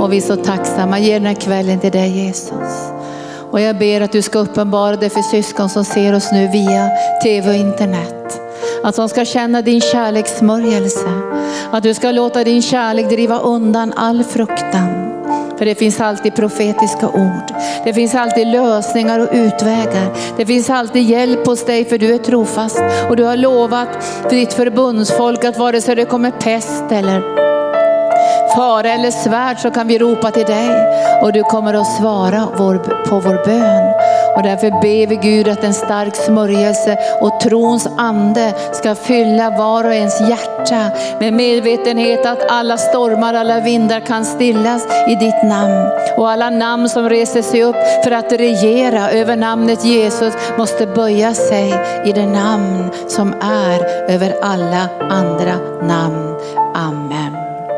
Och vi är så tacksamma. Ge den här kvällen till dig, Jesus. Och jag ber att du ska uppenbara det för syskon som ser oss nu via tv och internet. Att de ska känna din kärlekssmörjelse. Att du ska låta din kärlek driva undan all fruktan. För det finns alltid profetiska ord. Det finns alltid lösningar och utvägar. Det finns alltid hjälp hos dig, för du är trofast. Och du har lovat för ditt förbundsfolk att vare sig det kommer pest eller fara eller svärd, så kan vi ropa till dig. Och du kommer att svara på vår bön. Och därför ber vi Gud att en stark smörjelse och trons ande ska fylla var och ens hjärta. Med medvetenhet att alla stormar, alla vindar kan stillas i ditt namn. Och alla namn som reser sig upp för att regera över namnet Jesus måste böja sig i det namn som är över alla andra namn. Amen.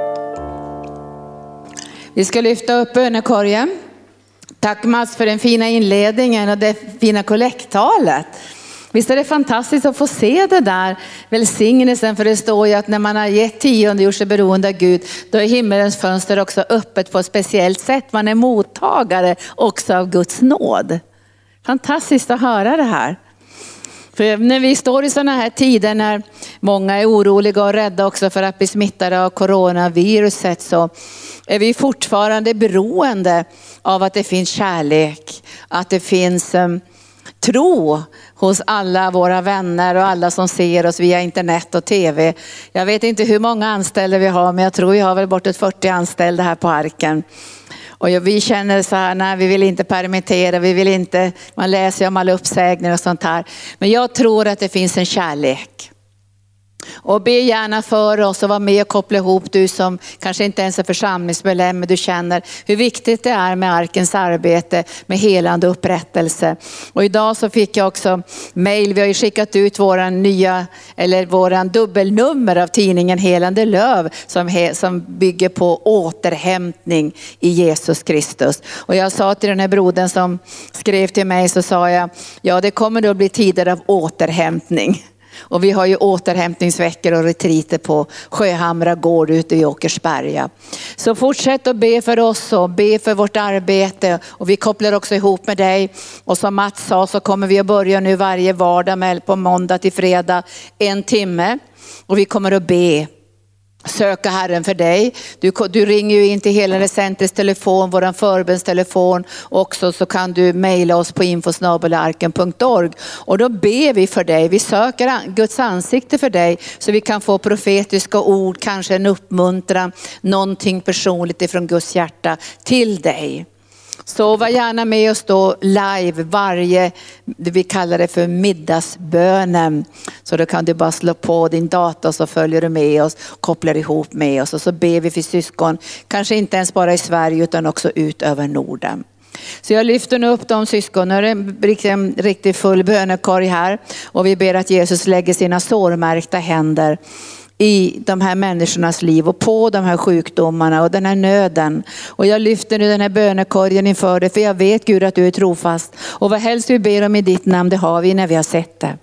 Vi ska lyfta upp bönekorgen. Tack Mats för den fina inledningen och det fina kollekttalet. Visst är det fantastiskt att få se det där välsignelsen, för det står ju att när man har gett tionde, gjort sig beroende av Gud, då är himmelens fönster också öppet på ett speciellt sätt. Man är mottagare också av Guds nåd. Fantastiskt att höra det här. För när vi står i sådana här tider när många är oroliga och rädda också för att bli smittade av coronaviruset, så är vi fortfarande beroende av att det finns kärlek, att det finns tro hos alla våra vänner och alla som ser oss via internet och tv. Jag vet inte hur många anställda vi har, men jag tror vi har väl bortåt 40 anställda här på Arken. Och vi känner så här, nej, vi vill inte permittera, vi vill inte, man läser om alla uppsägningar och sånt här. Men jag tror att det finns en kärlek. Och be gärna för oss och var med och koppla ihop, du som kanske inte ens är församlingsmedlem, men du känner hur viktigt det är med Arkens arbete med helande och upprättelse. Och idag så fick jag också mejl, vi har ju skickat ut våran dubbelnummer av tidningen Helande Löv som bygger på återhämtning i Jesus Kristus. Och jag sa till den här brodern som skrev till mig, så sa jag, ja, det kommer då bli tider av återhämtning. Och vi har ju återhämtningsveckor och retriter på Sjöhamra gård ute i Åkersberga. Så fortsätt att be för oss och be för vårt arbete. Och vi kopplar också ihop med dig. Och som Mats sa, så kommer vi att börja nu varje vardag med på måndag till fredag 1 timme. Och vi kommer att be. Söka Herren för dig. Du ringer ju in till hela Centers telefon, våran förbundstelefon. Också så kan du mejla oss på info@arken.org. Och då ber vi för dig. Vi söker Guds ansikte för dig, så vi kan få profetiska ord, kanske en uppmuntran, någonting personligt ifrån Guds hjärta till dig. Så var gärna med oss då live vi kallar det för middagsbönen. Så då kan du bara slå på din dator, så följer du med oss, kopplar ihop med oss. Och så ber vi för syskon, kanske inte ens bara i Sverige utan också ut över Norden. Så jag lyfter nu upp de syskon. Nu är det en riktigt full bönekorg här. Och vi ber att Jesus lägger sina sårmärkta händer i de här människornas liv och på de här sjukdomarna och den här nöden. Och jag lyfter nu den här bönekorgen inför dig, för jag vet Gud att du är trofast. Och vad helst vi ber om i ditt namn, det har vi när vi har sett det.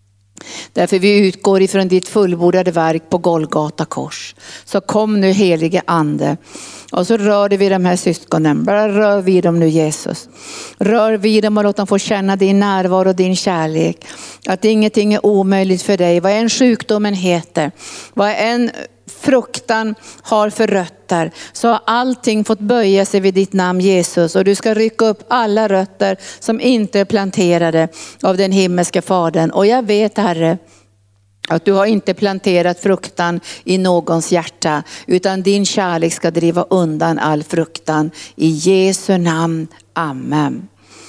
Därför vi utgår ifrån ditt fullbordade verk på Golgata kors. Så kom nu helige ande. Och så rör vi de här syskonen. Bara rör vid dem nu, Jesus. Rör vid dem och låt dem få känna din närvaro och din kärlek. Att ingenting är omöjligt för dig. Vad än sjukdomen heter. Vad än fruktan har för rötter, så har allting fått böja sig vid ditt namn, Jesus. Och du ska rycka upp alla rötter som inte är planterade av den himmelska fadern. Och jag vet, Herre, att du har inte planterat fruktan i någons hjärta, utan din kärlek ska driva undan all fruktan. I Jesu namn, amen.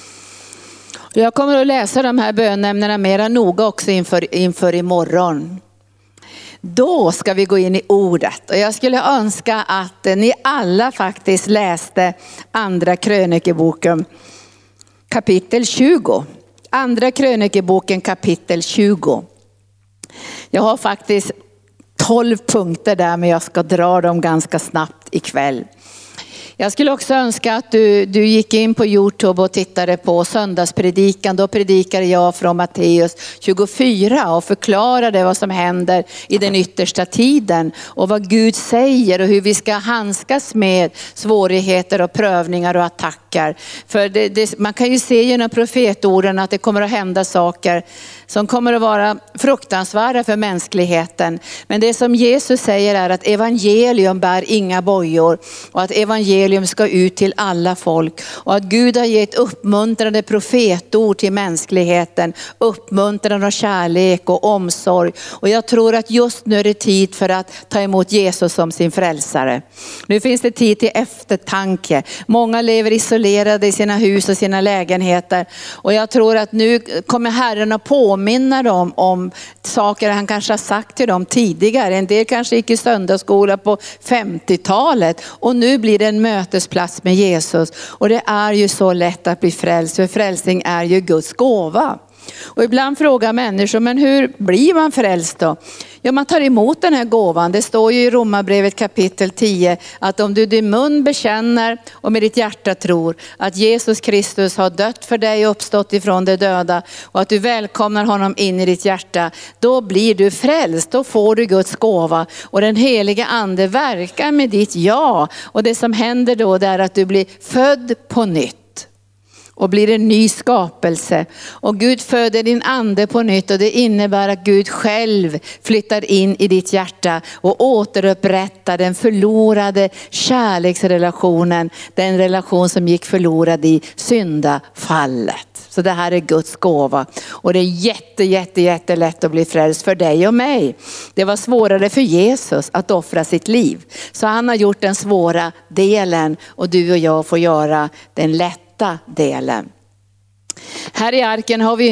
Jag kommer att läsa de här bönämnena mera noga också inför imorgon. Då ska vi gå in i ordet. Och jag skulle önska att ni alla faktiskt läste Andra krönikeboken kapitel 20. Andra krönikeboken kapitel 20. Jag har faktiskt 12 punkter där, men jag ska dra dem ganska snabbt ikväll. Jag skulle också önska att du gick in på YouTube och tittade på söndagspredikan. Då predikade jag från Matteus 24 och förklarade vad som händer i den yttersta tiden och vad Gud säger och hur vi ska handskas med svårigheter och prövningar och attacker. För man kan ju se genom profetorden att det kommer att hända saker som kommer att vara fruktansvärda för mänskligheten. Men det som Jesus säger är att evangelium bär inga bojor och att evangelium ska ut till alla folk. Och att Gud har gett uppmuntrande profetord till mänskligheten, uppmuntran och kärlek och omsorg. Och jag tror att just nu är det tid för att ta emot Jesus som sin frälsare. Nu finns det tid till eftertanke. Många lever isolerade i sina hus och sina lägenheter. Och jag tror att nu kommer Herren att påminna dem om saker han kanske har sagt till dem tidigare. En del kanske gick i söndagsskola på 50-talet och nu blir det en mötesplats med Jesus. Och det är ju så lätt att bli frälst, för frälsning är ju Guds gåva. Och ibland frågar människor, men hur blir man frälst då? Ja, man tar emot den här gåvan. Det står ju i Romarbrevet kapitel 10 att om du din mun bekänner och med ditt hjärta tror att Jesus Kristus har dött för dig och uppstått ifrån de döda och att du välkomnar honom in i ditt hjärta, då blir du frälst. Då får du Guds gåva och den heliga ande verkar med ditt ja. Och det som händer då är att du blir född på nytt och blir en ny skapelse. Och Gud föder din ande på nytt och det innebär att Gud själv flyttar in i ditt hjärta och återupprättar den förlorade kärleksrelationen. Den relation som gick förlorad i syndafallet. Så det här är Guds gåva. Och det är jätte lätt att bli frälst för dig och mig. Det var svårare för Jesus att offra sitt liv. Så han har gjort den svåra delen och du och jag får göra den lätta delen. Här i Arken har vi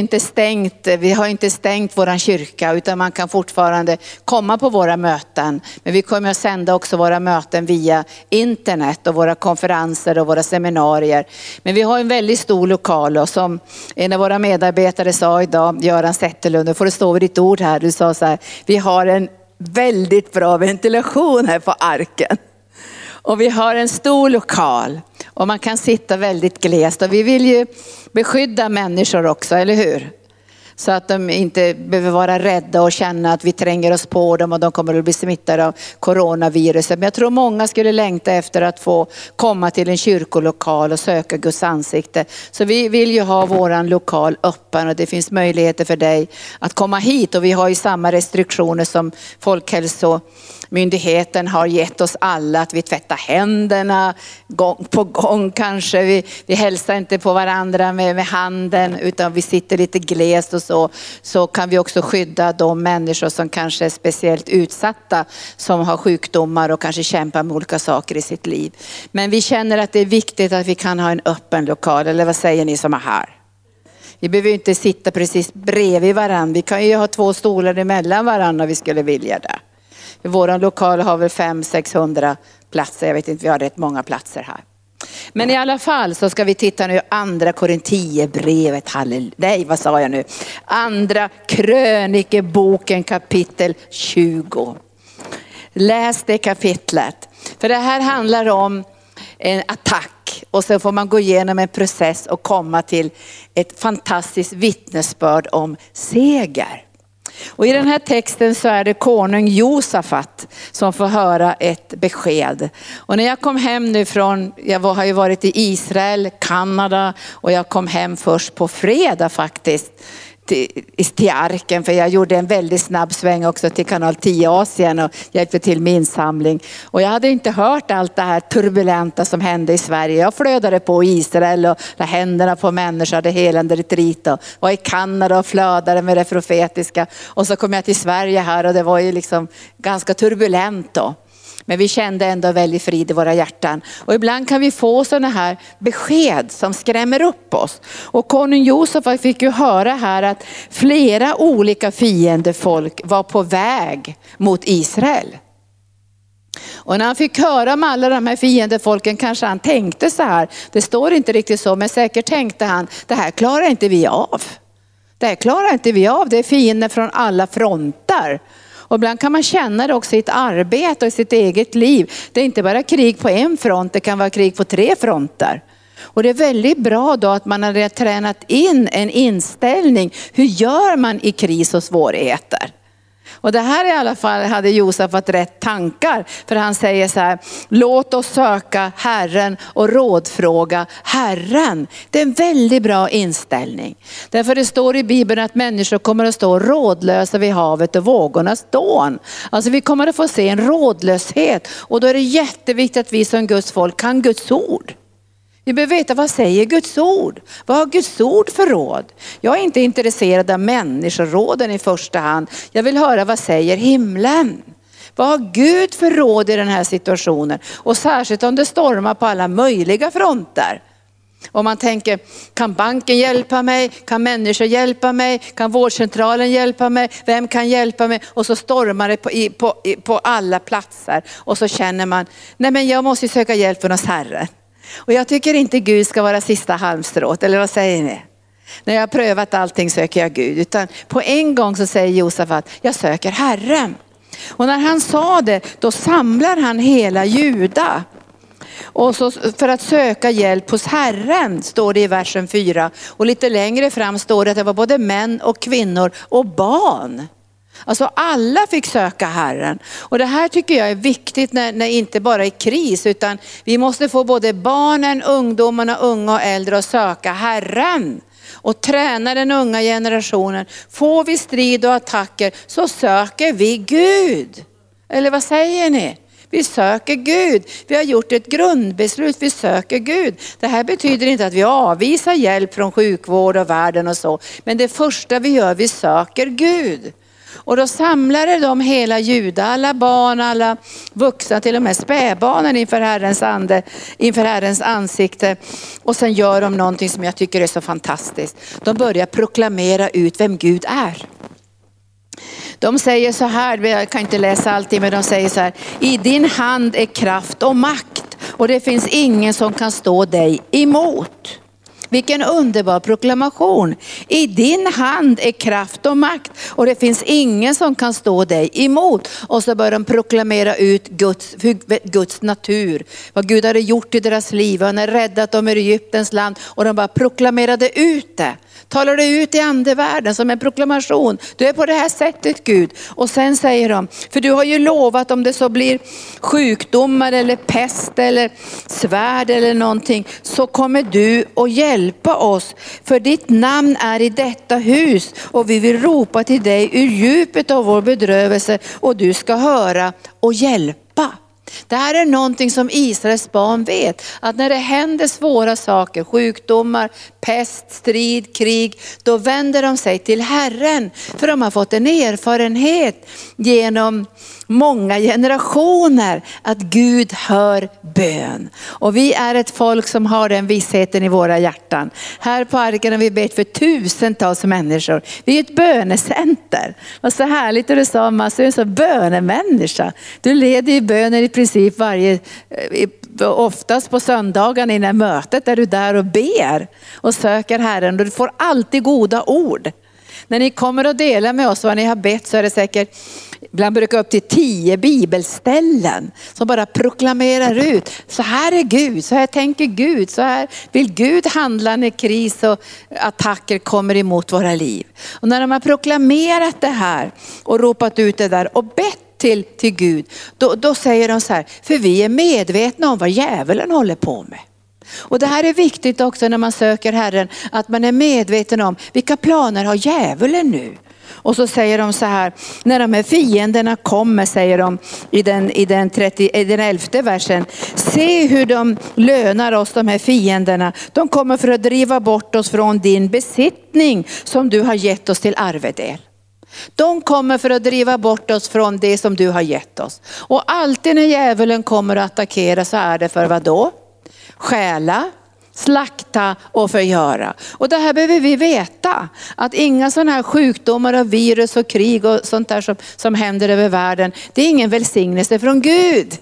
inte stängt våran kyrka, utan man kan fortfarande komma på våra möten. Men vi kommer att sända också våra möten via internet och våra konferenser och våra seminarier. Men vi har en väldigt stor lokal och som en av våra medarbetare sa idag, Göran Zetterlund, får det stå vid ditt ord här. Du sa så här, vi har en väldigt bra ventilation här på Arken. Och vi har en stor lokal och man kan sitta väldigt glest och vi vill ju beskydda människor också, eller hur? Så att de inte behöver vara rädda och känna att vi tränger oss på dem och de kommer att bli smittade av coronaviruset. Men jag tror många skulle längta efter att få komma till en kyrkolokal och söka Guds ansikte. Så vi vill ju ha våran lokal öppen och det finns möjligheter för dig att komma hit. Och vi har ju samma restriktioner som Folkhälsomyndigheten har gett oss alla, att vi tvättar händerna gång på gång kanske. Vi hälsar inte på varandra med handen utan vi sitter lite glest och så kan vi också skydda de människor som kanske är speciellt utsatta, som har sjukdomar och kanske kämpar med olika saker i sitt liv. Men vi känner att det är viktigt att vi kan ha en öppen lokal, eller vad säger ni som är här? Vi behöver inte sitta precis bredvid varandra. Vi kan ju ha 2 stolar emellan varandra om vi skulle vilja det. Vår lokal har väl 500-600 platser. Jag vet inte, vi har rätt många platser här. Men i alla fall så ska vi titta nu andra Korintierbrevet. Nej, vad sa jag nu? Andra krönikeboken kapitel 20. Läs det kapitlet. För det här handlar om en attack. Och så får man gå igenom en process och komma till ett fantastiskt vittnesbörd om seger. Och i den här texten så är det konung Josafat som får höra ett besked. Och när jag kom hem nu jag har ju varit i Israel, Kanada och jag kom hem först på fredag faktiskt till Arken, för jag gjorde en väldigt snabb sväng också till kanal 10 Asien och hjälpte till med insamling. Och jag hade inte hört allt det här turbulenta som hände i Sverige. Jag flödade på Israel och la händerna på människor, hade helande retreat och var i Kanada och flödade med det profetiska. Och så kom jag till Sverige här och det var ju liksom ganska turbulent då. Men vi kände ändå väldigt frid i våra hjärtan. Och ibland kan vi få sådana här besked som skrämmer upp oss. Och konung Josafat fick ju höra här att flera olika fiendefolk var på väg mot Israel. Och när han fick höra om alla de här fiendefolken kanske han tänkte så här. Det står inte riktigt så, men säkert tänkte han, det här klarar inte vi av. Det här klarar inte vi av, det är fiender från alla fronter. Och ibland kan man känna det också i ett arbete och i sitt eget liv. Det är inte bara krig på en front, det kan vara krig på 3 fronter. Och det är väldigt bra då att man har tränat in en inställning. Hur gör man i kris och svårigheter? Och det här i alla fall hade Josafat rätt tankar. För han säger så här: låt oss söka Herren och rådfråga Herren. Det är en väldigt bra inställning. Därför det står i Bibeln att människor kommer att stå rådlösa vid havet och vågornas dån. Alltså vi kommer att få se en rådlöshet. Och då är det jätteviktigt att vi som Guds folk kan Guds ord. Vi behöver veta, vad säger Guds ord? Vad har Guds ord för råd? Jag är inte intresserad av människoråden i första hand. Jag vill höra, vad säger himlen? Vad har Gud för råd i den här situationen? Och särskilt om det stormar på alla möjliga fronter. Om man tänker, kan banken hjälpa mig? Kan människor hjälpa mig? Kan vårdcentralen hjälpa mig? Vem kan hjälpa mig? Och så stormar det på alla platser. Och så känner man, nej men jag måste söka hjälp från oss Herren. Och jag tycker inte Gud ska vara sista halmstrået, eller vad säger ni? När jag har prövat allting söker jag Gud. Utan på en gång så säger Josafat, jag söker Herren. Och när han sa det, då samlar han hela Juda. Och så för att söka hjälp hos Herren, står det i versen 4. Och lite längre fram står det att det var både män och kvinnor och barn. Alltså alla fick söka Herren. Och det här tycker jag är viktigt när inte bara är kris, utan vi måste få både barnen, ungdomarna, unga och äldre att söka Herren. Och träna den unga generationen. Får vi strid och attacker så söker vi Gud. Eller vad säger ni? Vi söker Gud. Vi har gjort ett grundbeslut. Vi söker Gud. Det här betyder inte att vi avvisar hjälp från sjukvård och världen och så. Men det första vi gör, vi söker Gud. Och då samlade de hela Juda, alla barn, alla vuxna, till och med spädbarnen inför Herrens ande, inför Herrens ansikte. Och sen gör de någonting som jag tycker är så fantastiskt. De börjar proklamera ut vem Gud är. De säger så här, jag kan inte läsa allting, men de säger så här: i din hand är kraft och makt, och det finns ingen som kan stå dig emot. Vilken underbar proklamation. I din hand är kraft och makt, och det finns ingen som kan stå dig emot. Och så börjar de proklamera ut Guds natur. Vad Gud hade gjort i deras liv. Han har räddat dem ur Egyptens land. Och de bara proklamerade ut det. Talar det ut i andevärlden som en proklamation. Du är på det här sättet, Gud. Och sen säger de, för du har ju lovat, om det så blir sjukdomar eller pest eller svärd eller någonting, så kommer du att hjälpa oss. För ditt namn är i detta hus, och vi vill ropa till dig ur djupet av vår bedrövelse, och du ska höra och hjälpa. Det här är någonting som Israels barn vet, att när det händer svåra saker, sjukdomar, pest, strid, krig, då vänder de sig till Herren. För de har fått en erfarenhet genom många generationer att Gud hör bön. Och vi är ett folk som har den vissheten i våra hjärtan. Här på Arken har vi bett för tusentals människor. Vi är ett bönecenter. Och så härligt, och det sa Mats, du är en så bönemänniska. Du leder i böner i princip oftast på söndagen innan mötet, är du där och ber och söker Herren, och du får alltid goda ord. När ni kommer och delar med oss vad ni har bett, så är det säkert, ibland brukar upp till 10 bibelställen som bara proklamerar ut. Så här är Gud, så här tänker Gud, så här vill Gud handla när kris och attacker kommer emot våra liv. Och när de har proklamerat det här och ropat ut det där och bett till Gud, då säger de så här: för vi är medvetna om vad djävulen håller på med. Och det här är viktigt också när man söker Herren, att man är medveten om vilka planer har djävulen nu. Och så säger de så här, när de här fienderna kommer, säger de i den 11:e versen: se hur de lönar oss, de här fienderna. De kommer för att driva bort oss från din besittning som du har gett oss till arvedel. De kommer för att driva bort oss från det som du har gett oss. Och alltid när djävulen kommer att attackera, så är det för vad då? Stjäla, slakta och förgöra. Och det här behöver vi veta, att inga sådana här sjukdomar och virus och krig och sånt där som händer över världen, det är ingen välsignelse från Gud.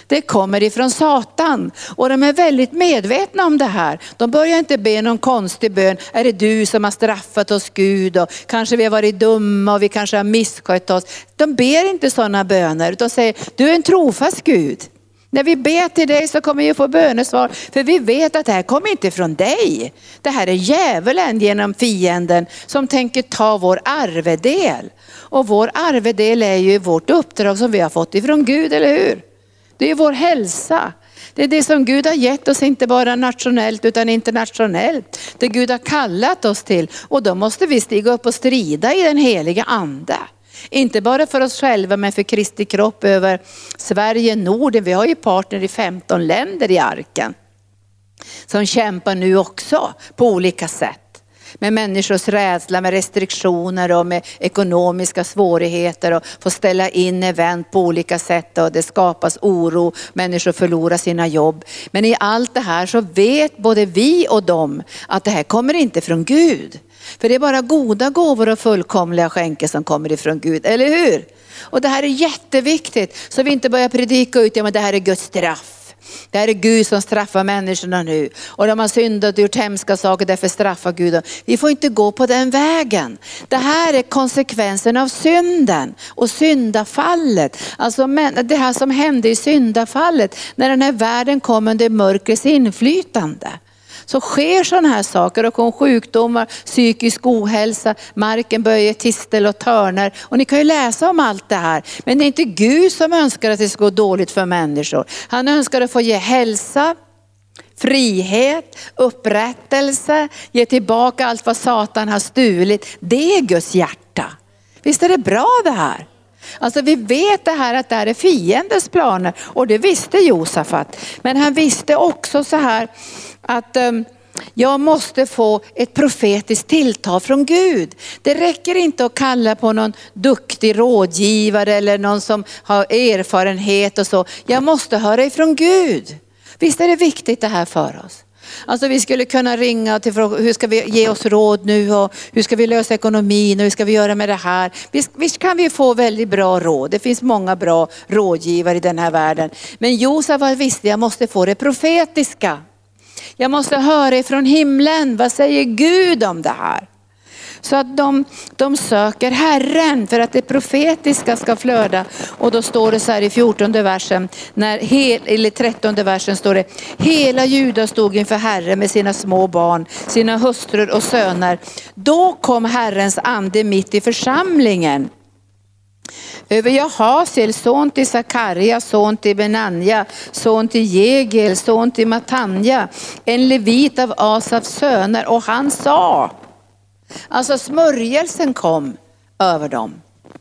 Det kommer ifrån Satan. Och de är väldigt medvetna om det här. De börjar inte be någon konstig bön. Är det du som har straffat oss, Gud? Och kanske vi har varit dumma och vi kanske har misskött oss. De ber inte sådana böner. De säger, du är en trofast Gud. När vi ber till dig så kommer vi få bönesvar. För vi vet att det här kommer inte från dig. Det här är djävulen genom fienden som tänker ta vår arvedel. Och vår arvedel är ju vårt uppdrag som vi har fått ifrån Gud, eller hur? Det är vår hälsa. Det är det som Gud har gett oss, inte bara nationellt utan internationellt. Det Gud har kallat oss till. Och då måste vi stiga upp och strida i den heliga ande. Inte bara för oss själva men för Kristi kropp över Sverige, Norden. Vi har ju partner i 15 länder i arken. Som kämpar nu också på olika sätt. Med människors rädsla, med restriktioner och med ekonomiska svårigheter och få ställa in event på olika sätt och det skapas oro, människor förlorar sina jobb. Men i allt det här så vet både vi och dem att det här kommer inte från Gud. För det är bara goda gåvor och fullkomliga skänker som kommer ifrån Gud, eller hur? Och det här är jätteviktigt så vi inte börjar predika ut, ja men det här är Guds straff. Det här är Gud som straffar människorna nu. Och de har syndat och gjort hemska saker, därför straffar Gud dem. Vi får inte gå på den vägen. Det här är konsekvensen av synden och syndafallet. Alltså det här som hände i syndafallet. När den här världen kom under mörkrets inflytande. Så sker sådana här saker och kom sjukdomar, psykisk ohälsa, marken böjer tistel och törnar. Och ni kan ju läsa om allt det här. Men det är inte Gud som önskar att det ska gå dåligt för människor. Han önskar att få ge hälsa, frihet, upprättelse, ge tillbaka allt vad Satan har stulit. Det är Guds hjärta. Visst är det bra det här? Alltså vi vet det här att det här är fiendens planer och det visste Josafat. Men han visste också så här att jag måste få ett profetiskt tilltal från Gud. Det räcker inte att kalla på någon duktig rådgivare eller någon som har erfarenhet och så. Jag måste höra ifrån Gud. Visst är det viktigt det här för oss? Alltså vi skulle kunna ringa till fråga, hur ska vi ge oss råd nu och hur ska vi lösa ekonomin och hur ska vi göra med det här. Visst kan vi få väldigt bra råd. Det finns många bra rådgivare i den här världen. Men Josafat visste jag måste få det profetiska. Jag måste höra ifrån himlen. Vad säger Gud om det här? Så att de söker Herren för att det profetiska ska flöda. Och då står det så här i 14:e versen, eller 13:e versen står det: hela Juda stod inför Herren med sina små barn, sina hustrur och söner. Då kom Herrens ande mitt i församlingen. Över Jahasiel, son till Sakaria, son till Benanja, son till Jegel, son till Matanja, en levit av Asafs söner, och han sa, alltså smörjelsen kom över dem.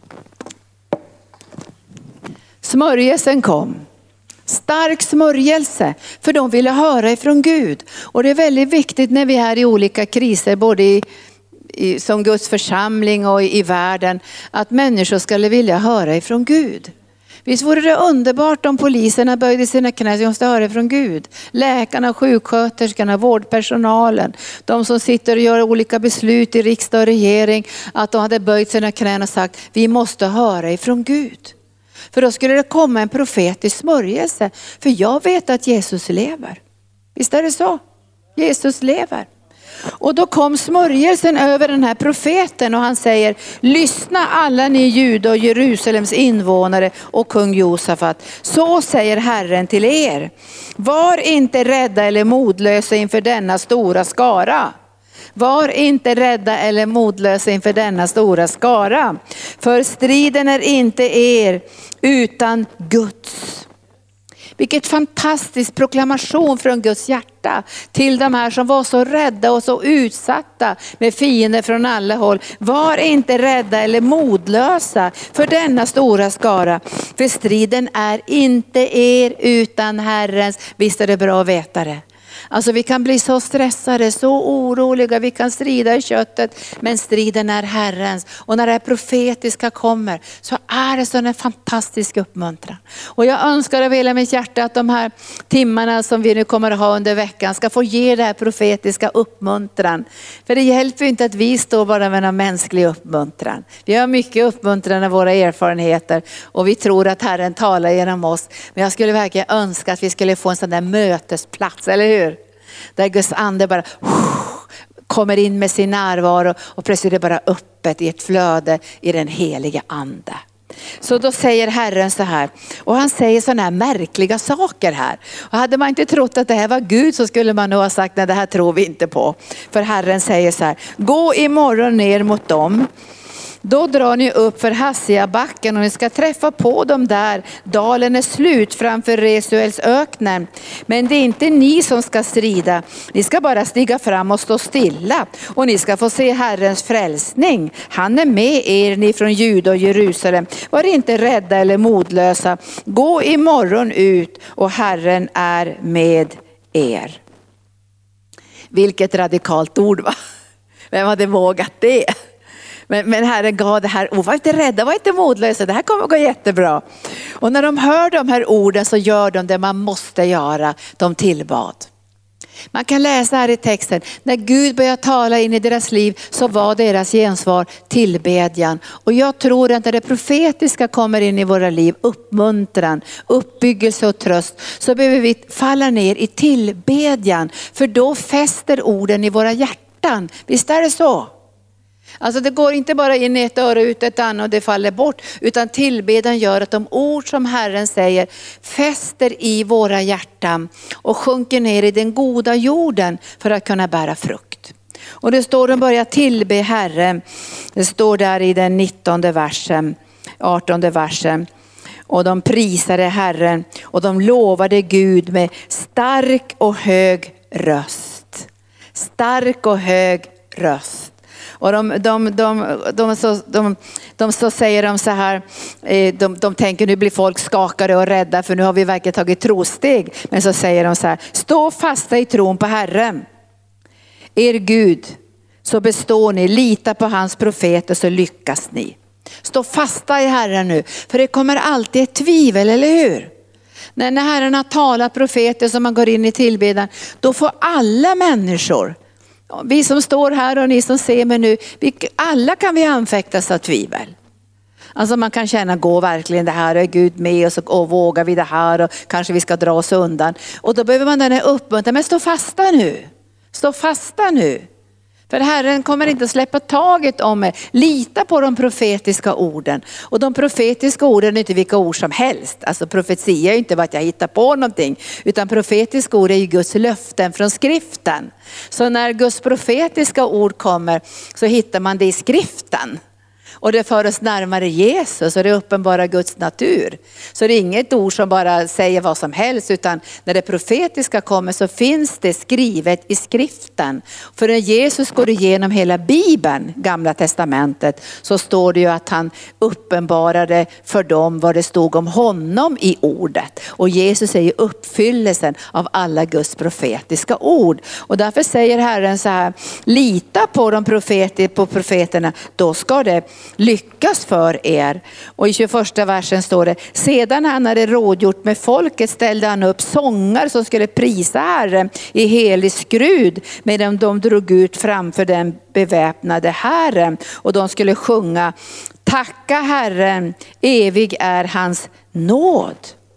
Smörjelsen kom. Stark smörjelse, för de ville höra ifrån Gud. Och det är väldigt viktigt när vi är här i olika kriser, både som Guds församling och i världen, att människor skulle vilja höra ifrån Gud. Visst vore det underbart om poliserna böjde sina knän, de måste höra ifrån Gud. Läkarna, sjuksköterskorna, vårdpersonalen, de som sitter och gör olika beslut i riksdag och regering, att de hade böjt sina knän och sagt, vi måste höra ifrån Gud. För då skulle det komma en profetisk smörjelse. För jag vet att Jesus lever. Visst är det så? Jesus lever. Och då kom smörjelsen över den här profeten och han säger, lyssna alla ni Juda och Jerusalems invånare och kung Josafat. Så säger Herren till er. Var inte rädda eller modlösa inför denna stora skara. Var inte rädda eller modlösa inför denna stora skara. För striden är inte er utan Guds. Vilket fantastisk proklamation från Guds hjärta till de här som var så rädda och så utsatta med fiender från alla håll. Var inte rädda eller modlösa för denna stora skara. För striden är inte er utan Herrens. Visst är det bra att veta det. Alltså vi kan bli så stressade, så oroliga, vi kan strida i köttet, men striden är Herrens. Och när det profetiska kommer så är det så en fantastisk uppmuntran. Och jag önskar av hela mitt hjärta att de här timmarna som vi nu kommer att ha under veckan ska få ge det här profetiska uppmuntran. För det hjälper ju inte att vi står bara med en mänsklig uppmuntran. Vi har mycket uppmuntran av våra erfarenheter och vi tror att Herren talar genom oss. Men jag skulle verkligen önska att vi skulle få en sån där mötesplats, eller hur? Där Guds ande bara kommer in med sin närvaro och plötsligt är det bara öppet i ett flöde i den heliga ande. Så då säger Herren så här, och han säger sådana här märkliga saker här. Och hade man inte trott att det här var Gud så skulle man nog ha sagt, nej det här tror vi inte på. För Herren säger så här, gå imorgon ner mot dem. Då drar ni upp för Hassiabacken och ni ska träffa på dem där. Dalen är slut framför Resuels öknen. Men det är inte ni som ska strida. Ni ska bara stiga fram och stå stilla. Och ni ska få se Herrens frälsning. Han är med er, ni från Juda och Jerusalem. Var inte rädda eller modlösa. Gå imorgon ut och Herren är med er. Vilket radikalt ord, va? Vem hade vågat det? Men Herren gav det här, var inte rädda, var inte modlösa, det här kommer att gå jättebra. Och när de hör de här orden så gör de det man måste göra, de tillbad. Man kan läsa här i texten, när Gud började tala in i deras liv så var deras gensvar tillbedjan. Och jag tror att när det profetiska kommer in i våra liv, uppmuntran, uppbyggelse och tröst, så behöver vi falla ner i tillbedjan. För då fäster orden i våra hjärtan, visst är det så? Alltså det går inte bara in i ett öra ut ett annat och det faller bort. Utan tillbedjan gör att de ord som Herren säger fäster i våra hjärtan och sjunker ner i den goda jorden för att kunna bära frukt. Och det står de börjar tillbe Herren. Det står där i den 19:e versen, 18:e versen. Och de prisade Herren och de lovade Gud med stark och hög röst. Stark och hög röst. Och så säger de så här, de tänker nu blir folk skakade och rädda för nu har vi verkligen tagit trosteg. Men så säger de så här, stå fasta i tron på Herren. Er Gud, så består ni, lita på hans profeter så lyckas ni. Stå fasta i Herren nu, för det kommer alltid ett tvivel, eller hur? När Herren har talat profeter som man går in i tillbedjan, då får alla människor, vi som står här och ni som ser mig nu, alla kan vi anfäktas av tvivel. Alltså man kan känna, gå verkligen det här, är Gud med oss och vågar vi det här och kanske vi ska dra oss undan. Och då behöver man den här uppmuntran, men stå fasta nu. Stå fasta nu. För Herren kommer inte att släppa taget om er. Lita på de profetiska orden. Och de profetiska orden är inte vilka ord som helst. Alltså profetia är inte vad jag hittar på någonting. Utan profetiska ord är ju Guds löften från skriften. Så när Guds profetiska ord kommer så hittar man det i skriften. Och det för oss närmare Jesus och det uppenbara Guds natur. Så det är inget ord som bara säger vad som helst, utan när det profetiska kommer så finns det skrivet i skriften. För när Jesus går igenom hela Bibeln, Gamla testamentet, så står det ju att han uppenbarade för dem vad det stod om honom i ordet. Och Jesus är ju uppfyllelsen av alla Guds profetiska ord. Och därför säger Herren så här, lita på de profeterna, då ska det lyckas för er. Och i 21 versen står det, sedan han hade rådgjort med folket ställde han upp sånger som skulle prisa Herren i helig skrud, medan de drog ut framför den beväpnade Herren och de skulle sjunga, tacka Herren, evig är hans nåd.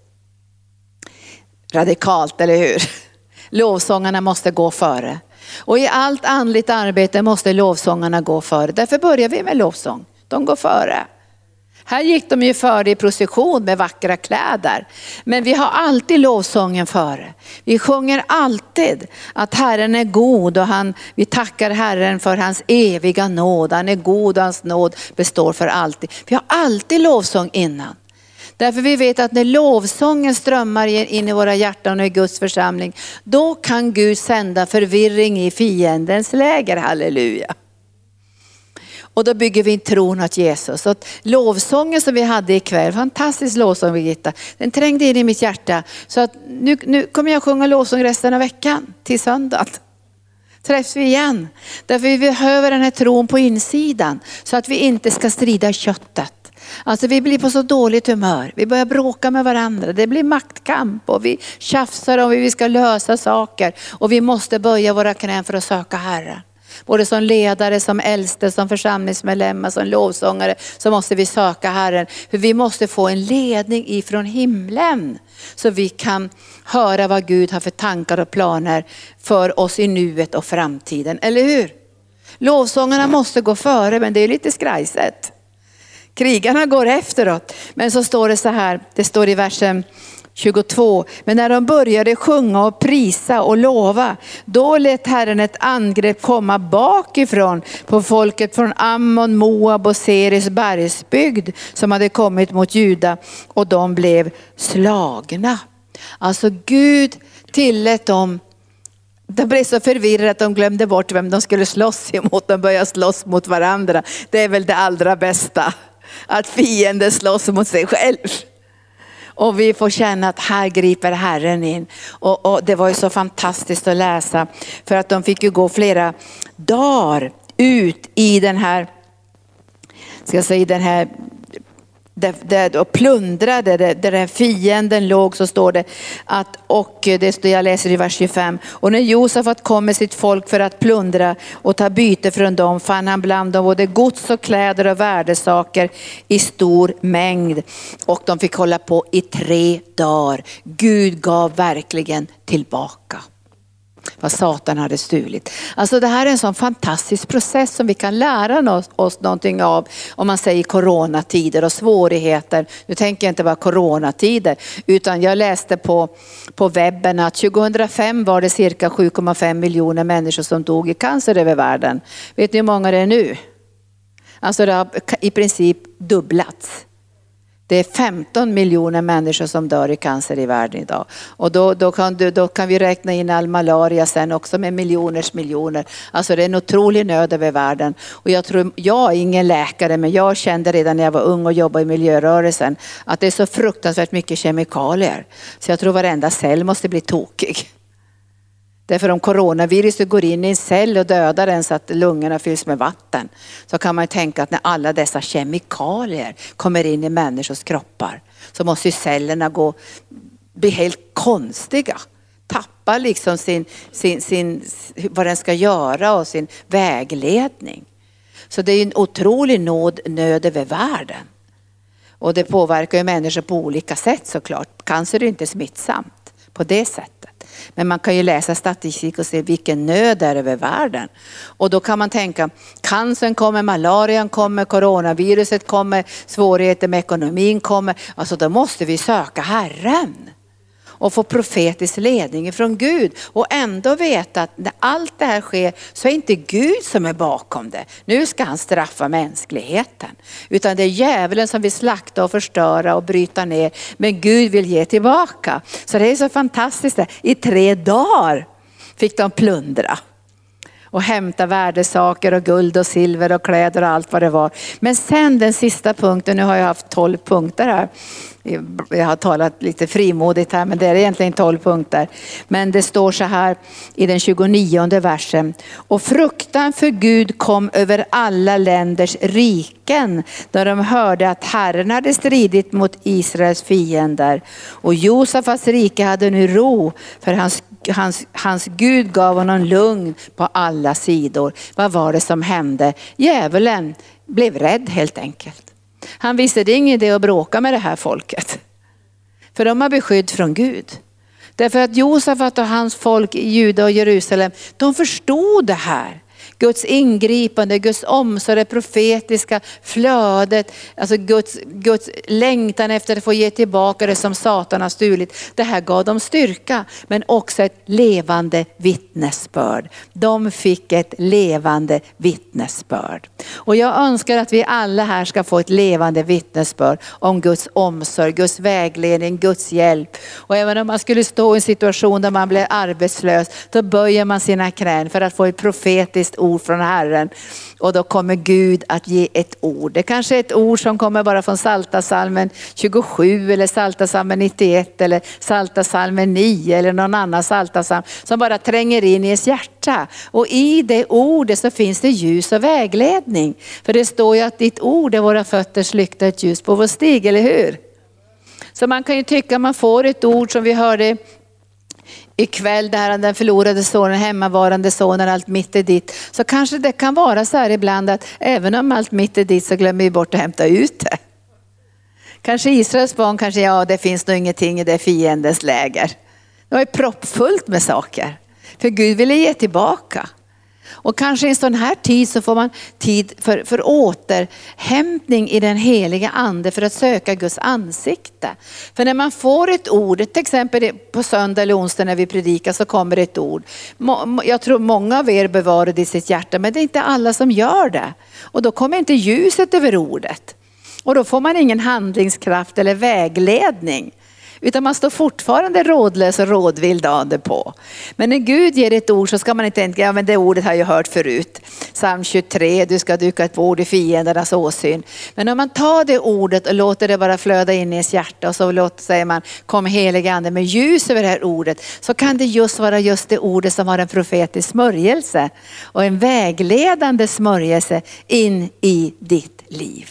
Radikalt, eller hur? Lovsångarna måste gå före. Och i allt andligt arbete måste lovsångarna gå före. Därför börjar vi med lovsång. De går före. Här gick de ju före i procession med vackra kläder. Men vi har alltid lovsången före. Vi sjunger alltid att Herren är god och vi tackar Herren för hans eviga nåd. Han är god och hans nåd består för alltid. Vi har alltid lovsång innan. Därför vi vet att när lovsången strömmar in i våra hjärtan och i Guds församling, då kan Gud sända förvirring i fiendens läger, halleluja. Och då bygger vi in tron åt Jesus. Så lovsången som vi hade ikväll, fantastisk lovsång Birgitta, den trängde in i mitt hjärta. Så att nu kommer jag sjunga lovsång resten av veckan, till söndag. Träffs vi igen. Därför vi behöver den här tron på insidan, så att vi inte ska strida köttet. Alltså vi blir på så dåligt humör. Vi börjar bråka med varandra. Det blir maktkamp och vi tjafsar om hur vi ska lösa saker. Och vi måste böja våra knän för att söka Herren. Både som ledare, som äldste, som församlingsmedlemmar, som lovsångare så måste vi söka Herren. För vi måste få en ledning ifrån himlen. Så vi kan höra vad Gud har för tankar och planer för oss i nuet och framtiden. Eller hur? Lovsångarna måste gå före, men det är lite skrajset. Krigarna går efteråt. Men så står det så här, det står i versen 22. Men när de började sjunga och prisa och lova, då lät Herren ett angrepp komma bakifrån på folket från Ammon, Moab och Seres bergsbygd som hade kommit mot Juda, och de blev slagna. Alltså Gud tillät dem. De blev så förvirrade att de glömde bort vem de skulle slåss emot. De började slåss mot varandra. Det är väl det allra bästa. Att fienden slåss mot sig själv. Och vi får känna att här griper Herren in. Och det var ju så fantastiskt att läsa. För att de fick ju gå flera dagar ut i den här, ska jag säga, den här och plundrade där den fienden låg, så står det att, och det står, jag läser i vers 25, och när Josafat kom med sitt folk för att plundra och ta byte från dem, fann han bland dem både gods och kläder och värdesaker i stor mängd, och de fick hålla på i 3 dagar. Gud gav verkligen tillbaka vad Satan hade stulit. Alltså det här är en sån fantastisk process som vi kan lära oss någonting av, om man säger coronatider och svårigheter. Nu tänker jag inte bara coronatider, utan jag läste på webben att 2005 var det cirka 7,5 miljoner människor som dog i cancer över världen. Vet ni hur många det är nu? Alltså det har i princip dubblats. Det är 15 miljoner människor som dör i cancer i världen idag. Och då kan vi räkna in all malaria sen också med miljoner. Alltså det är en otrolig nöd över världen. Och jag är ingen läkare, men jag kände redan när jag var ung och jobbade i miljörörelsen att det är så fruktansvärt mycket kemikalier. Så jag tror varenda cell måste bli tokig. Därför om coronaviruset går in i en cell och dödar den så att lungorna fylls med vatten, så kan man tänka att när alla dessa kemikalier kommer in i människors kroppar så måste ju cellerna bli helt konstiga. Tappa liksom sin vad den ska göra och sin vägledning. Så det är en otrolig nöd över världen. Och det påverkar ju människor på olika sätt såklart. Cancer är inte smittsamt på det sättet. Men man kan ju läsa statistik och se vilken nöd det är över världen. Och då kan man tänka, cancern kommer, malarian kommer, coronaviruset kommer, svårigheter med ekonomin kommer. Alltså då måste vi söka Herren och få profetisk ledning från Gud. Och ändå veta att när allt det här sker så är inte Gud som är bakom det. Nu ska han straffa mänskligheten. Utan det är djävulen som vill slakta och förstöra och bryta ner. Men Gud vill ge tillbaka. Så det är så fantastiskt. I 3 dagar fick de plundra. Och hämta värdesaker och guld och silver och kläder och allt vad det var. Men sen den sista punkten, nu har jag haft 12 punkter här. Jag har talat lite frimodigt här, men det är egentligen 12 punkter. Men det står så här i den 29:e versen. Och fruktan för Gud kom över alla länders riken när de hörde att Herren hade stridit mot Israels fiender. Och Josafats rike hade nu ro, för hans Gud gav honom lugn på alla sidor. Vad var det som hände? Djävulen blev rädd helt enkelt. Han visste det är ingen idé att bråka med det här folket. För de har beskydd från Gud. Därför att Josafat och hans folk i Juda och Jerusalem, de förstod det här. Guds ingripande, Guds omsorg, det profetiska flödet, alltså Guds längtan efter att få ge tillbaka det som Satan har stulit. Det här gav dem styrka, men också ett levande vittnesbörd. De fick ett levande vittnesbörd. Och jag önskar att vi alla här ska få ett levande vittnesbörd om Guds omsorg, Guds vägledning, Guds hjälp. Och även om man skulle stå i en situation där man blir arbetslös, då böjer man sina knän för att få ett profetiskt ord ord från Herren. Och då kommer Gud att ge ett ord. Det kanske är ett ord som kommer bara från Psaltarpsalmen 27 eller Psaltarpsalmen 91 eller Psaltarpsalmen 9 eller någon annan psaltarpsalm som bara tränger in i ens hjärta. Och i det ordet så finns det ljus och vägledning. För det står ju att ditt ord är våra fötters lykta, ett ljus på vår stig, eller hur? Så man kan ju tycka att man får ett ord som vi hörde ikväll, där den förlorade sonen, hemmavarande sonen, allt mitt är ditt. Så kanske det kan vara så här ibland att även om allt mitt är ditt så glömmer vi bort att hämta ut det. Kanske Israels barn, kanske det finns nog ingenting i det fiendens läger. Det var ju proppfullt med saker. För Gud ville ge tillbaka. Och kanske i en sån här tid så får man tid för återhämtning i den heliga ande för att söka Guds ansikte. För när man får ett ord, till exempel på söndag eller onsdag när vi predikar så kommer ett ord. Jag tror många av er bevarar det i sitt hjärta, men det är inte alla som gör det. Och då kommer inte ljuset över ordet. Och då får man ingen handlingskraft eller vägledning. Utan man står fortfarande rådlös och rådvill dagen på. Men när Gud ger ett ord så ska man inte tänka, men det ordet har jag hört förut. Psalm 23, du ska duka ett bord i fiendernas åsyn. Men om man tar det ordet och låter det bara flöda in i ens hjärta och så säger man, kom heliga ande med ljus över det här ordet. Så kan det just vara just det ordet som har en profetisk smörjelse och en vägledande smörjelse in i ditt liv.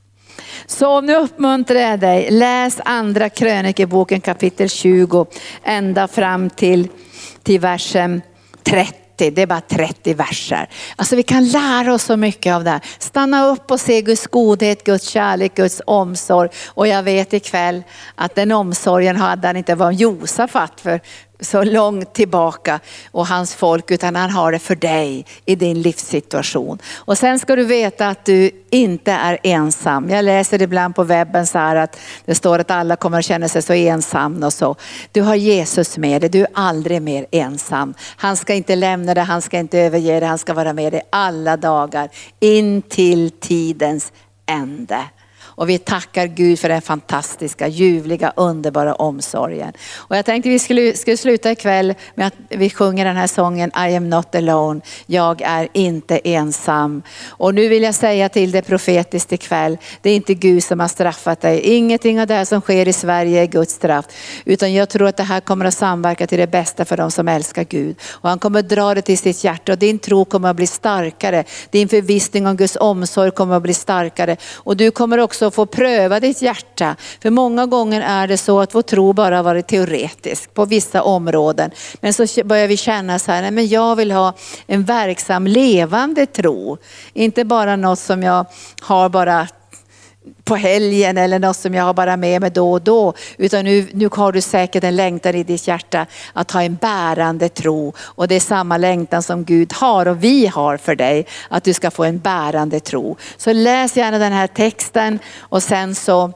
Så nu uppmuntrar jag dig, läs andra krönikeboken kapitel 20 ända fram till versen 30. Det är bara 30 verser. Alltså vi kan lära oss så mycket av det här. Stanna upp och se Guds godhet, Guds kärlek, Guds omsorg. Och jag vet ikväll att den omsorgen hade han inte var Josafat för så långt tillbaka och hans folk, utan han har det för dig i din livssituation. Och sen ska du veta att du inte är ensam. Jag läser ibland på webben så här att det står att alla kommer att känna sig så ensam och så. Du har Jesus med dig, du är aldrig mer ensam. Han ska inte lämna dig, han ska inte överge dig, han ska vara med dig alla dagar in till tidens ände. Och vi tackar Gud för den fantastiska, ljuvliga, underbara omsorgen. Och jag tänkte vi skulle sluta ikväll med att vi sjunger den här sången I am not alone. Jag är inte ensam. Och nu vill jag säga till det profetiskt ikväll. Det är inte Gud som har straffat dig. Ingenting av det här som sker i Sverige är Guds straff. Utan jag tror att det här kommer att samverka till det bästa för de som älskar Gud. Och han kommer att dra det till sitt hjärta. Och din tro kommer att bli starkare. Din förvissning om Guds omsorg kommer att bli starkare. Och du kommer också få pröva ditt hjärta. För många gånger är det så att vår tro bara har varit teoretisk på vissa områden. Men så börjar vi känna så här, nej, men jag vill ha en verksam, levande tro. Inte bara något som jag har bara på helgen eller något som jag har bara med mig då och då. Utan nu har du säkert en längtan i ditt hjärta att ha en bärande tro. Och det är samma längtan som Gud har och vi har för dig. Att du ska få en bärande tro. Så läs gärna den här texten och sen så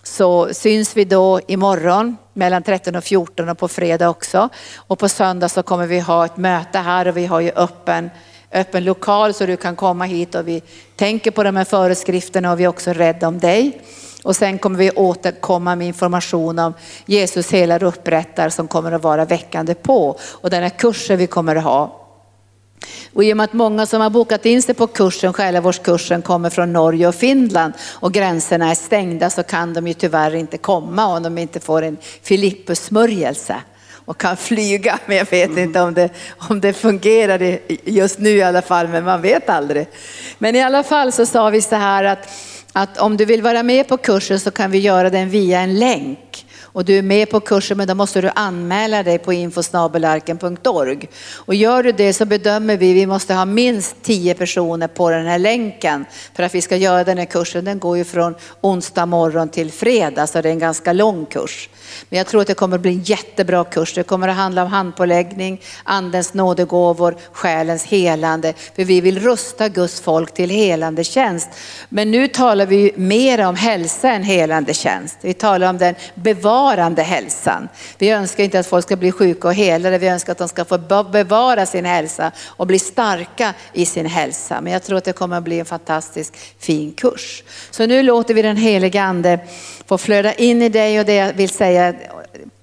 syns vi då imorgon mellan 13 och 14 och på fredag också. Och på söndag så kommer vi ha ett möte här och vi har ju öppen lokal så du kan komma hit och vi tänker på de här föreskrifterna och vi är också rädda om dig. Och sen kommer vi återkomma med information om Jesus hela upprättar som kommer att vara väckande på. Och den här kursen vi kommer att ha. Och i och med att många som har bokat in sig på kursen, själavårdskursen, kommer från Norge och Finland och gränserna är stängda så kan de ju tyvärr inte komma om de inte får en Filippus-smörjelse. Och kan flyga, men jag vet inte om det fungerar just nu i alla fall, men man vet aldrig. Men i alla fall så sa vi så här att om du vill vara med på kursen så kan vi göra den via en länk. Och du är med på kursen, men då måste du anmäla dig på info@arken.org. Och gör du det så bedömer vi måste ha minst 10 personer på den här länken. För att vi ska göra den här kursen, den går ju från onsdag morgon till fredag, så det är en ganska lång kurs. Men jag tror att det kommer att bli en jättebra kurs. Det kommer att handla om handpåläggning, andens nådegåvor, själens helande. För vi vill rusta Guds folk till helande tjänst. Men nu talar vi mer om hälsa än helande tjänst. Vi talar om den bevarande hälsan. Vi önskar inte att folk ska bli sjuka och helade. Vi önskar att de ska få bevara sin hälsa och bli starka i sin hälsa. Men jag tror att det kommer att bli en fantastisk fin kurs. Så nu låter vi den heliga ande få flöda in i dig, och det jag vill säga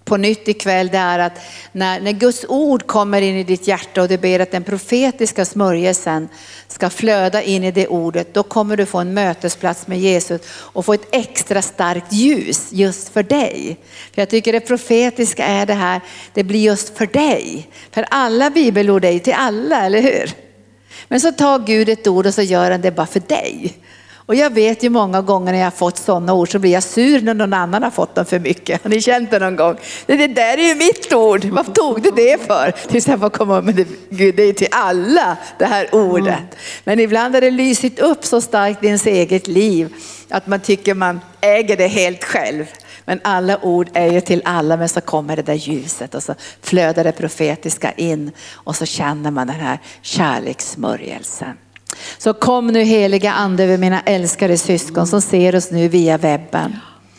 på nytt ikväll, det är att när Guds ord kommer in i ditt hjärta och du ber att den profetiska smörjelsen ska flöda in i det ordet, då kommer du få en mötesplats med Jesus och få ett extra starkt ljus just för dig. För jag tycker det profetiska är det här, det blir just för dig. För alla bibelord är ju till alla, eller hur? Men så tar Gud ett ord och så gör han det bara för dig. Och jag vet ju många gånger när jag har fått sådana ord så blir jag sur när någon annan har fått dem för mycket. Har ni känt det någon gång? Det där är ju mitt ord. Vad tog du det för? Tills jag får komma med det. Gud, det är till alla det här ordet. Men ibland har det lysit upp så starkt i ens eget liv att man tycker man äger det helt själv. Men alla ord är ju till alla, men så kommer det där ljuset och så flödar det profetiska in och så känner man den här kärlekssmörjelsen. Så kom nu heliga ande över mina älskade syskon som ser oss nu via webben.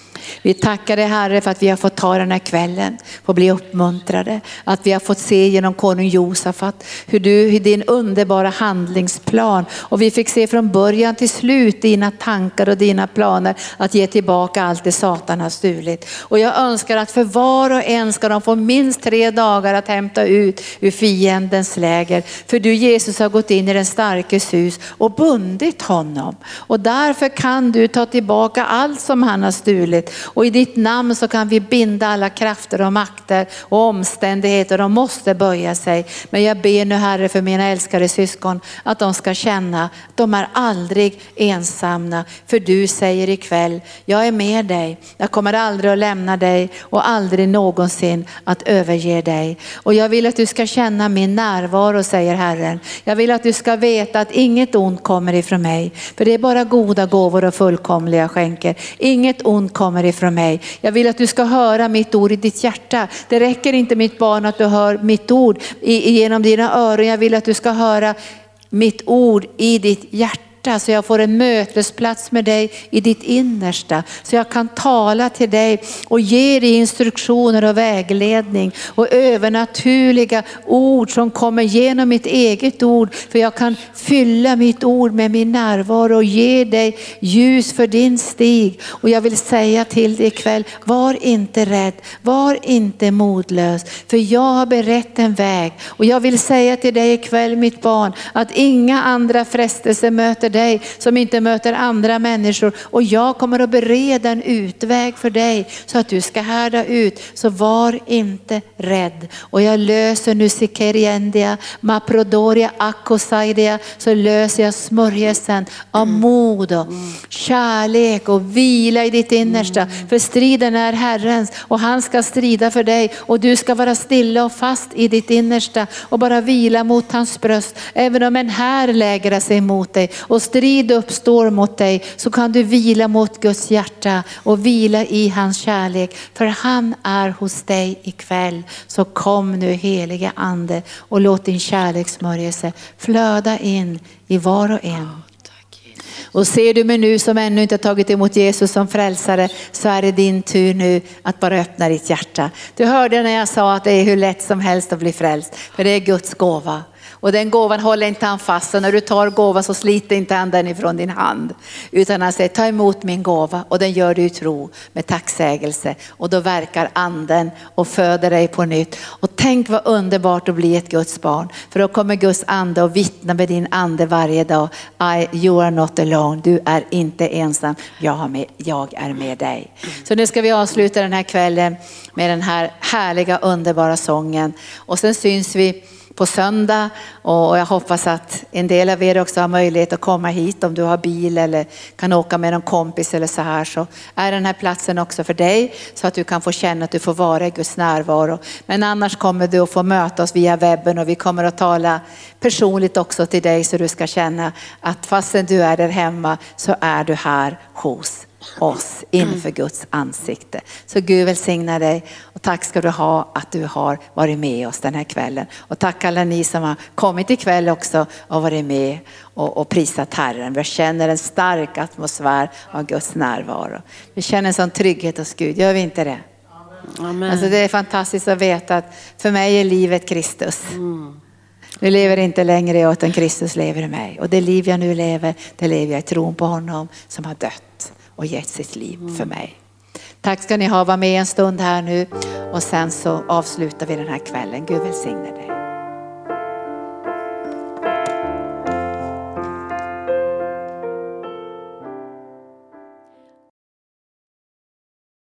Vi tackar dig Herre för att vi har fått ta den här kvällen, få bli uppmuntrade. Att vi har fått se genom konung Josafat hur din underbara handlingsplan. Och vi fick se från början till slut dina tankar och dina planer att ge tillbaka allt det Satan har stulit. Och jag önskar att för var och en ska de få minst 3 dagar att hämta ut ur fiendens läger. För du Jesus har gått in i den starkes hus och bundit honom. Och därför kan du ta tillbaka allt som han har stulit. Och i ditt namn så kan vi binda alla krafter och makter och omständigheter. De måste böja sig. Men jag ber nu Herre för mina älskade syskon att de ska känna att de är aldrig ensamma. För du säger ikväll, jag är med dig. Jag kommer aldrig att lämna dig och aldrig någonsin att överge dig. Och jag vill att du ska känna min närvaro, säger Herren. Jag vill att du ska veta att inget ont kommer ifrån mig. För det är bara goda gåvor och fullkomliga skänker. Inget ont kommer ifrån mig. Jag vill att du ska höra mitt ord i ditt hjärta. Det räcker inte mitt barn att du hör mitt ord genom dina öron. Jag vill att du ska höra mitt ord i ditt hjärta. Så jag får en mötesplats med dig i ditt innersta. Så jag kan tala till dig och ge dig instruktioner och vägledning. Och övernaturliga ord som kommer genom mitt eget ord. För jag kan fylla mitt ord med min närvaro och ge dig ljus för din stig. Och jag vill säga till dig ikväll, var inte rädd, var inte modlös. För jag har berett en väg. Och jag vill säga till dig ikväll mitt barn, att inga andra frestelser möter dig som inte möter andra människor. Och jag kommer att bereda en utväg för dig så att du ska härda ut. Så var inte rädd. Och jag löser nu sikeriendia, maprodoria, akosaidia. Så löser jag smörjelsen av mod och kärlek och vila i ditt innersta. För striden är Herrens och han ska strida för dig. Och du ska vara stilla och fast i ditt innersta och bara vila mot hans bröst. Även om en här lägrar sig mot dig och strid uppstår mot dig, så kan du vila mot Guds hjärta och vila i hans kärlek. För han är hos dig ikväll. Så kom nu heliga ande och låt din kärlekssmörjelse flöda in i var och en. Och ser du mig nu som ännu inte har tagit emot Jesus som frälsare, så är det din tur nu att bara öppna ditt hjärta. Du hörde när jag sa att det är hur lätt som helst att bli frälst. För det är Guds gåva. Och den gåvan håller inte han fast. Så när du tar gåvan så sliter inte han den ifrån din hand. Utan han säger, ta emot min gåva. Och den gör du i tro med tacksägelse. Och då verkar anden och föder dig på nytt. Och tänk vad underbart att bli ett Guds barn. För då kommer Guds ande och vittna med din ande varje dag. You are not alone. Du är inte ensam. Jag är med dig. Så nu ska vi avsluta den här kvällen med den här härliga underbara sången. Och sen syns vi på söndag, och jag hoppas att en del av er också har möjlighet att komma hit om du har bil eller kan åka med någon kompis eller så här, så är den här platsen också för dig så att du kan få känna att du får vara i Guds närvaro. Men annars kommer du att få möta oss via webben och vi kommer att tala personligt också till dig så du ska känna att fastän du är där hemma så är du här hos oss inför Guds ansikte. Så Gud välsigna dig och tack ska du ha att du har varit med oss den här kvällen. Och tack alla ni som har kommit ikväll också och varit med och prisat Herren. Vi känner en stark atmosfär av Guds närvaro. Vi känner en sån trygghet hos Gud, gör vi inte det? Amen. Alltså det är fantastiskt att veta att för mig är livet Kristus. Nu lever inte längre jag utan Kristus lever i mig. Och det liv jag nu lever, det lever jag i tron på honom som har dött och gett sitt liv för mig. Tack ska ni ha, vara med en stund här nu Och sen så avslutar vi den här kvällen. Gud välsigne dig.